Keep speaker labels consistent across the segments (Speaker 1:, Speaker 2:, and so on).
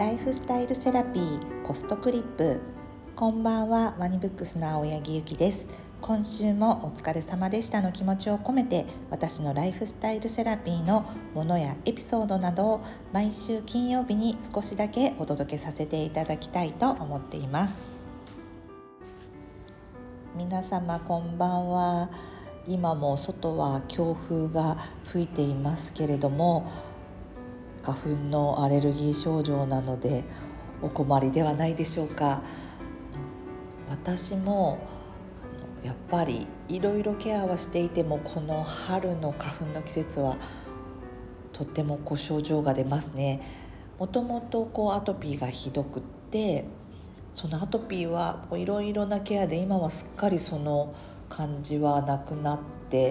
Speaker 1: ライフスタイルセラピーポストクリップ。こんばんは、ワニブックスの青柳ゆきです。今週もお疲れ様でしたの気持ちを込めて、私のライフスタイルセラピーのものやエピソードなどを毎週金曜日に少しだけお届けさせていただきたいと思っています。皆様こんばんは。今も外は強風が吹いていますけれども、花粉のアレルギー症状なのでお困りではないでしょうか。私もやっぱりいろいろケアはしていても、この春の花粉の季節はとっても症状が出ますね。もともとアトピーがひどくって、そのアトピーはいろいろなケアで今はすっかりその感じはなくなって、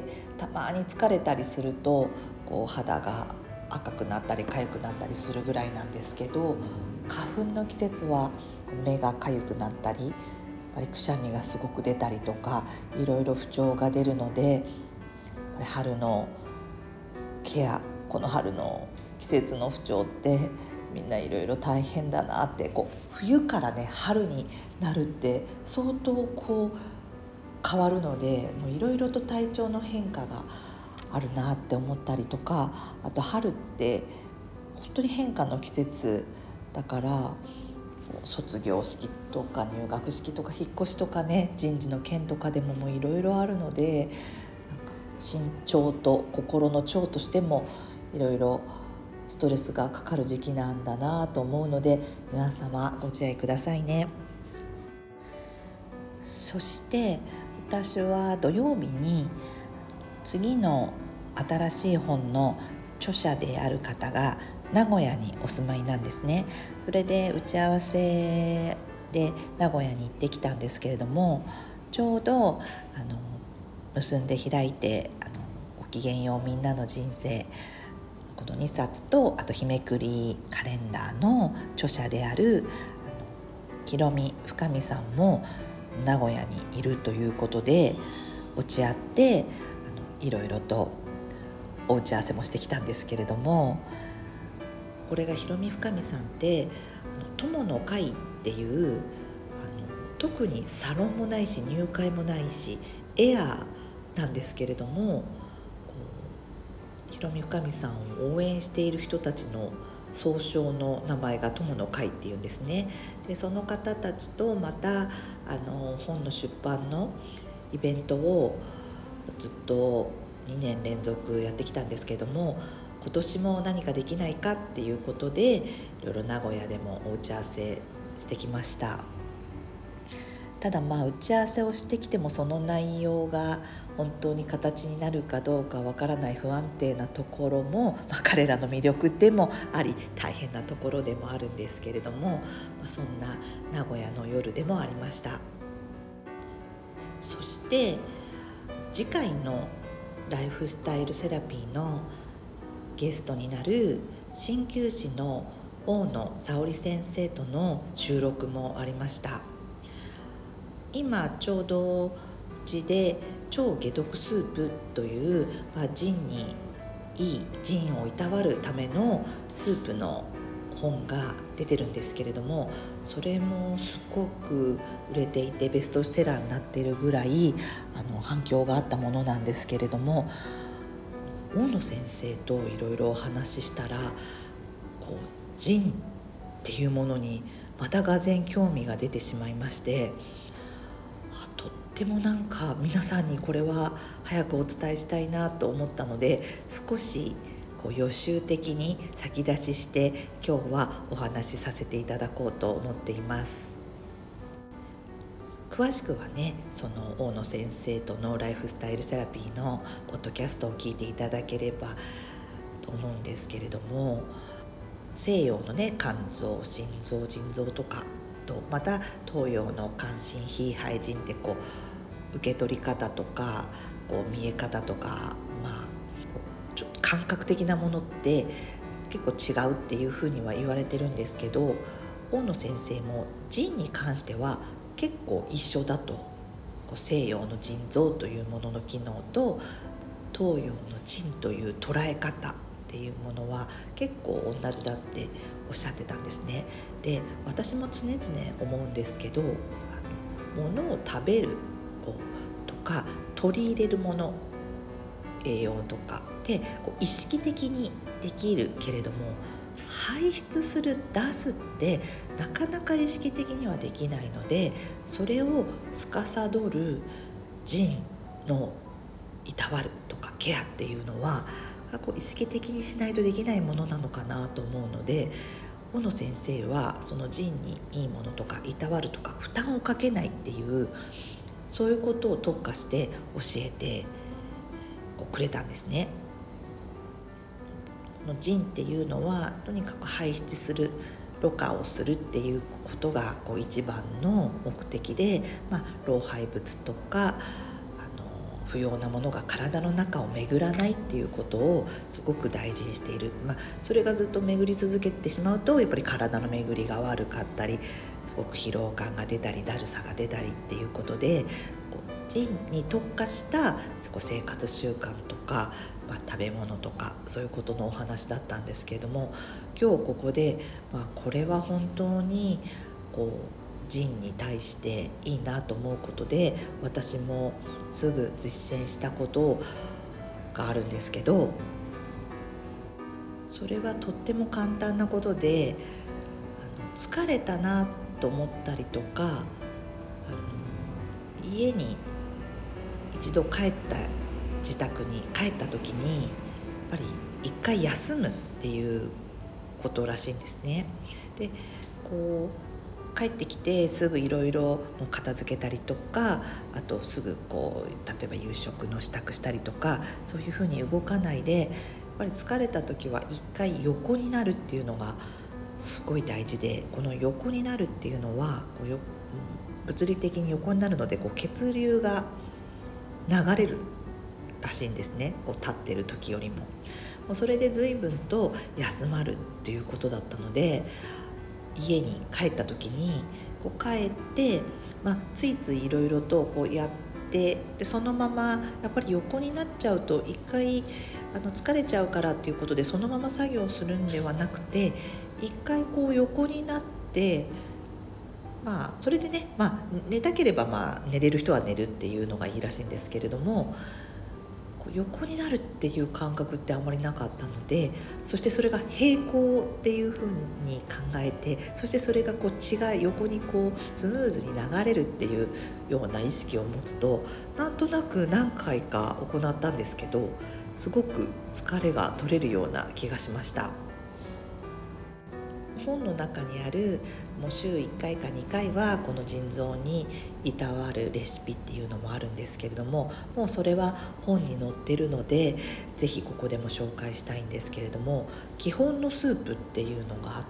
Speaker 1: たまに疲れたりすると肌が赤くなったり痒くなったりするぐらいなんですけど、花粉の季節は目が痒くなったり、やっぱりくしゃみがすごく出たりとか、いろいろ不調が出るので、春のケア、この春の季節の不調ってみんないろいろ大変だなって、冬からね春になるって相当変わるので、いろいろと体調の変化があるなって思ったりとか、あと春って本当に変化の季節だから、卒業式とか入学式とか引っ越しとかね、人事の件とかでもいろいろあるので、身長と心の長としてもいろいろストレスがかかる時期なんだなと思うので、皆様ご自愛くださいね。そして私は土曜日に次の新しい本の著者である方が名古屋にお住まいなんですね。それで打ち合わせで名古屋に行ってきたんですけれども、ちょうど結んで開いてごきげんようみんなの人生、この2冊と、あと日めくりカレンダーの著者であるひろみ深見さんも名古屋にいるということで落ち合って、いろいろとお打ち合わせもしてきたんですけれども、これがひろみ深見さんって友の会っていう特にサロンもないし入会もないしエアーなんですけれども、ひろみ深見さんを応援している人たちの総称の名前が友の会っていうんですね。でその方たちとまた本の出版のイベントをずっと2年連続やってきたんですけども、今年も何かできないかっていうことでいろいろ名古屋でもお打ち合わせしてきました。ただ打ち合わせをしてきてもその内容が本当に形になるかどうかわからない不安定なところも、彼らの魅力でもあり大変なところでもあるんですけれども、そんな名古屋の夜でもありました。そして次回のライフスタイルセラピーのゲストになる鍼灸師の大野沙織先生との収録もありました。今ちょうどうちで超解毒スープという、腎にいい腎をいたわるためのスープの本が出てるんですけれども、それもすごく売れていてベストセラーになっているぐらい反響があったものなんですけれども、大野先生といろいろお話ししたら腎っていうものにまたがぜ興味が出てしまいまして、とっても皆さんにこれは早くお伝えしたいなと思ったので、少し予習的に先出しして今日はお話しさせていただこうと思っています。詳しくはね、その大野先生とのライフスタイルセラピーのポッドキャストを聞いていただければと思うんですけれども、西洋のね肝臓心臓腎臓とかと、また東洋の肝心脾肺腎で受け取り方とか見え方とか、ちょっと感覚的なものって結構違うっていうふうには言われてるんですけど、大野先生も腎に関しては結構一緒だと。西洋の腎臓というものの機能と東洋の腎という捉え方っっていうものは結構同じだっておっしゃってたんですね。で、私も常々思うんですけど、物を食べるとか取り入れるもの、栄養とかで意識的にできるけれども、排出する出すってなかなか意識的にはできないので、それを司る腎のいたわるとかケアっていうのは意識的にしないとできないものなのかなと思うので、小野先生はその腎にいいものとかいたわるとか負担をかけないっていう、そういうことを特化して教えてくれたんですね。この腎っていうのはとにかく排出する、ろ過をするっていうことが一番の目的で、老廃物とか不要なものが体の中を巡らないっていうことをすごく大事にしている。それがずっと巡り続けてしまうとやっぱり体の巡りが悪かったり、すごく疲労感が出たりだるさが出たりっていうことで、腎に特化した生活習慣とか、食べ物とかそういうことのお話だったんですけれども、今日ここで、これは本当に腎に対していいなと思うことで、私もすぐ実践したことがあるんですけど、それはとっても簡単なことで、疲れたなと思ったりとか、家に一度自宅に帰った時にやっぱり一回休むっていうことらしいんですね。で、帰ってきてすぐいろいろ片付けたりとか、あとすぐ例えば夕食の支度したりとか、そういうふうに動かないで、やっぱり疲れた時は一回横になるっていうのがすごい大事で、この横になるっていうのは物理的に横になるので血流が流れるらしいんですね、立ってる時よりも。それで随分と休まるっていうことだったので、家に帰った時に帰って、ついついいろいろとやって、でそのままやっぱり横になっちゃうと一回疲れちゃうからっていうことでそのまま作業するんではなくて、一回横になって、それでね、寝たければ寝れる人は寝るっていうのがいいらしいんですけれども、横になるっていう感覚ってあんまりなかったので、そしてそれが平行っていう風に考えて、そしてそれが横にスムーズに流れるっていうような意識を持つと、なんとなく何回か行ったんですけど、すごく疲れが取れるような気がしました。本の中にあるもう週1回か2回はこの腎臓にいたわるレシピっていうのもあるんですけれども、もうそれは本に載ってるのでぜひここでも紹介したいんですけれども、基本のスープっていうのがあって、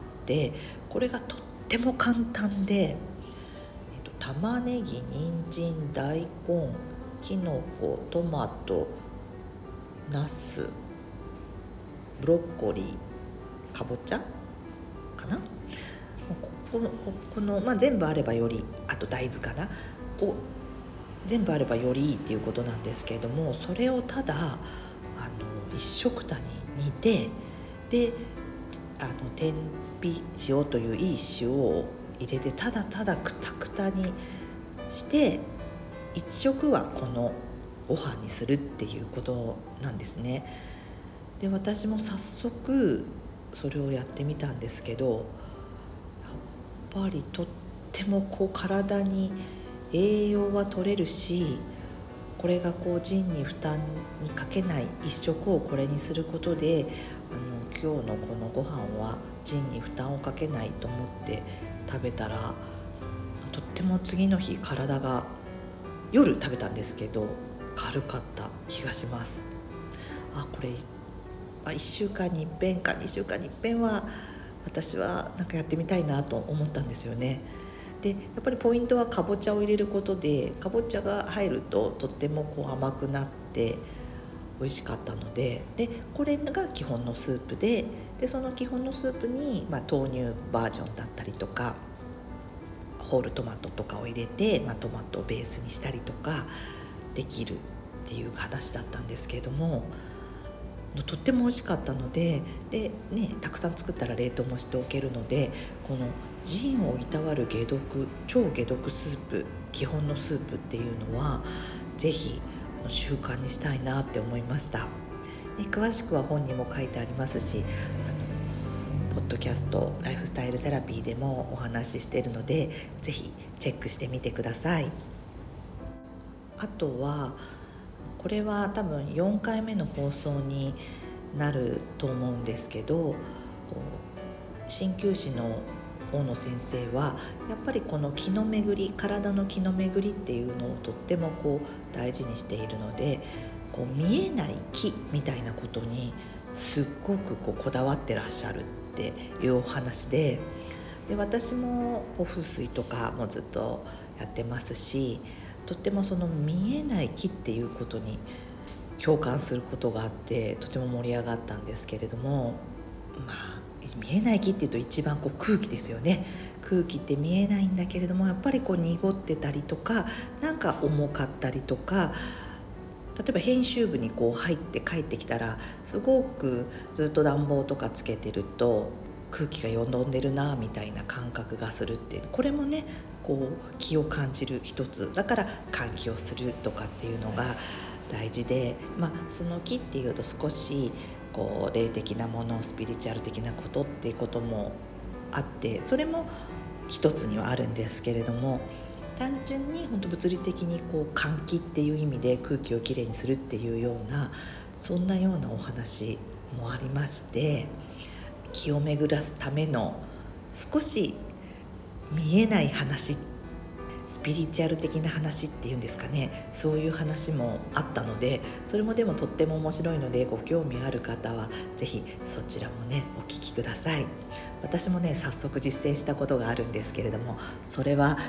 Speaker 1: これがとっても簡単で、玉ねぎ、人参、大根、きのこ、トマト、ナス、ブロッコリー、かぼちゃかな、この全部あればより、あと大豆かな、全部あればよりいいっていうことなんですけれども、それをただ一緒くたに煮て、で天日塩といういい塩を入れて、ただただくたくたにして一食はこのご飯にするっていうことなんですね。で、私も早速それをやってみたんですけど、やっぱりとっても体に栄養は取れるし、これが腎に負担にかけない一食をこれにすることで、今日のこのご飯は腎に負担をかけないと思って食べたら、とっても次の日体が、夜食べたんですけど軽かった気がします。これ1週間に1遍か2週間に1遍は私はやってみたいなと思ったんですよね。で、やっぱりポイントはかぼちゃを入れることで、かぼちゃが入るととっても甘くなって美味しかったので、これが基本のスープで、その基本のスープに、豆乳バージョンだったりとかホールトマトとかを入れて、トマトをベースにしたりとかできるっていう話だったんですけれども、 とっても美味しかったので、たくさん作ったら冷凍もしておけるので、この腎をいたわる超解毒スープ、基本のスープっていうのはぜひ習慣にしたいなって思いました。詳しくは本にも書いてありますし、ポッドキャストライフスタイルセラピーでもお話ししているので、ぜひチェックしてみてください。あとはこれは多分4回目の放送になると思うんですけど、鍼灸師の大野先生はやっぱりこの気の巡り、体の気の巡りっていうのをとっても大事にしているので、見えない気みたいなことにすっごくこだわってらっしゃるっていうお話で、私も風水とかもずっとやってますし、とってもその見えない木っていうことに共感することがあって、とても盛り上がったんですけれども、見えない木っていうと一番空気ですよね。空気って見えないんだけれども、やっぱり濁ってたりとか、なんか重かったりとか、例えば編集部に入って帰ってきたら、すごくずっと暖房とかつけてると空気がよどんでるなみたいな感覚がするって、これもね気を感じる一つだから、換気をするとかっていうのが大事で、その気っていうと少し霊的なもの、スピリチュアル的なことっていうこともあって、それも一つにはあるんですけれども、単純に本当物理的に換気っていう意味で空気をきれいにするっていうような、そんなようなお話もありまして、気を巡らすための少し見えない話、スピリチュアル的な話っていうんですかね、そういう話もあったので、それもでもとっても面白いので、ご興味ある方はぜひそちらもねお聞きください。私もね早速実践したことがあるんですけれども、それは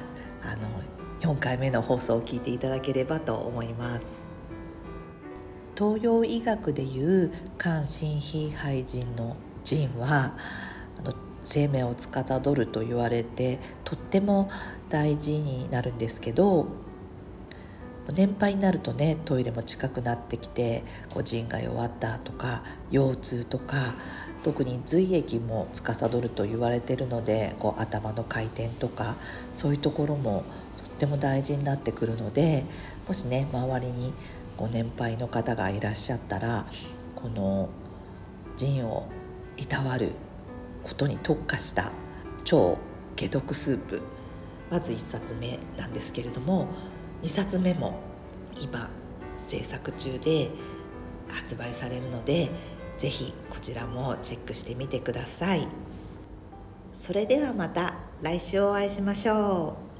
Speaker 1: 4回目の放送を聞いていただければと思います。東洋医学でいう肝心脾肺腎の腎は生命を司ると言われて、とっても大事になるんですけど、年配になるとねトイレも近くなってきて、腎が弱ったとか腰痛とか、特に髄液も司ると言われているので、頭の回転とかそういうところもとっても大事になってくるので、もしね周りにご年配の方がいらっしゃったら、この腎をいたわることに特化した超解毒スープ、まず1冊目なんですけれども、2冊目も今制作中で発売されるので、ぜひこちらもチェックしてみてください。それではまた来週お会いしましょう。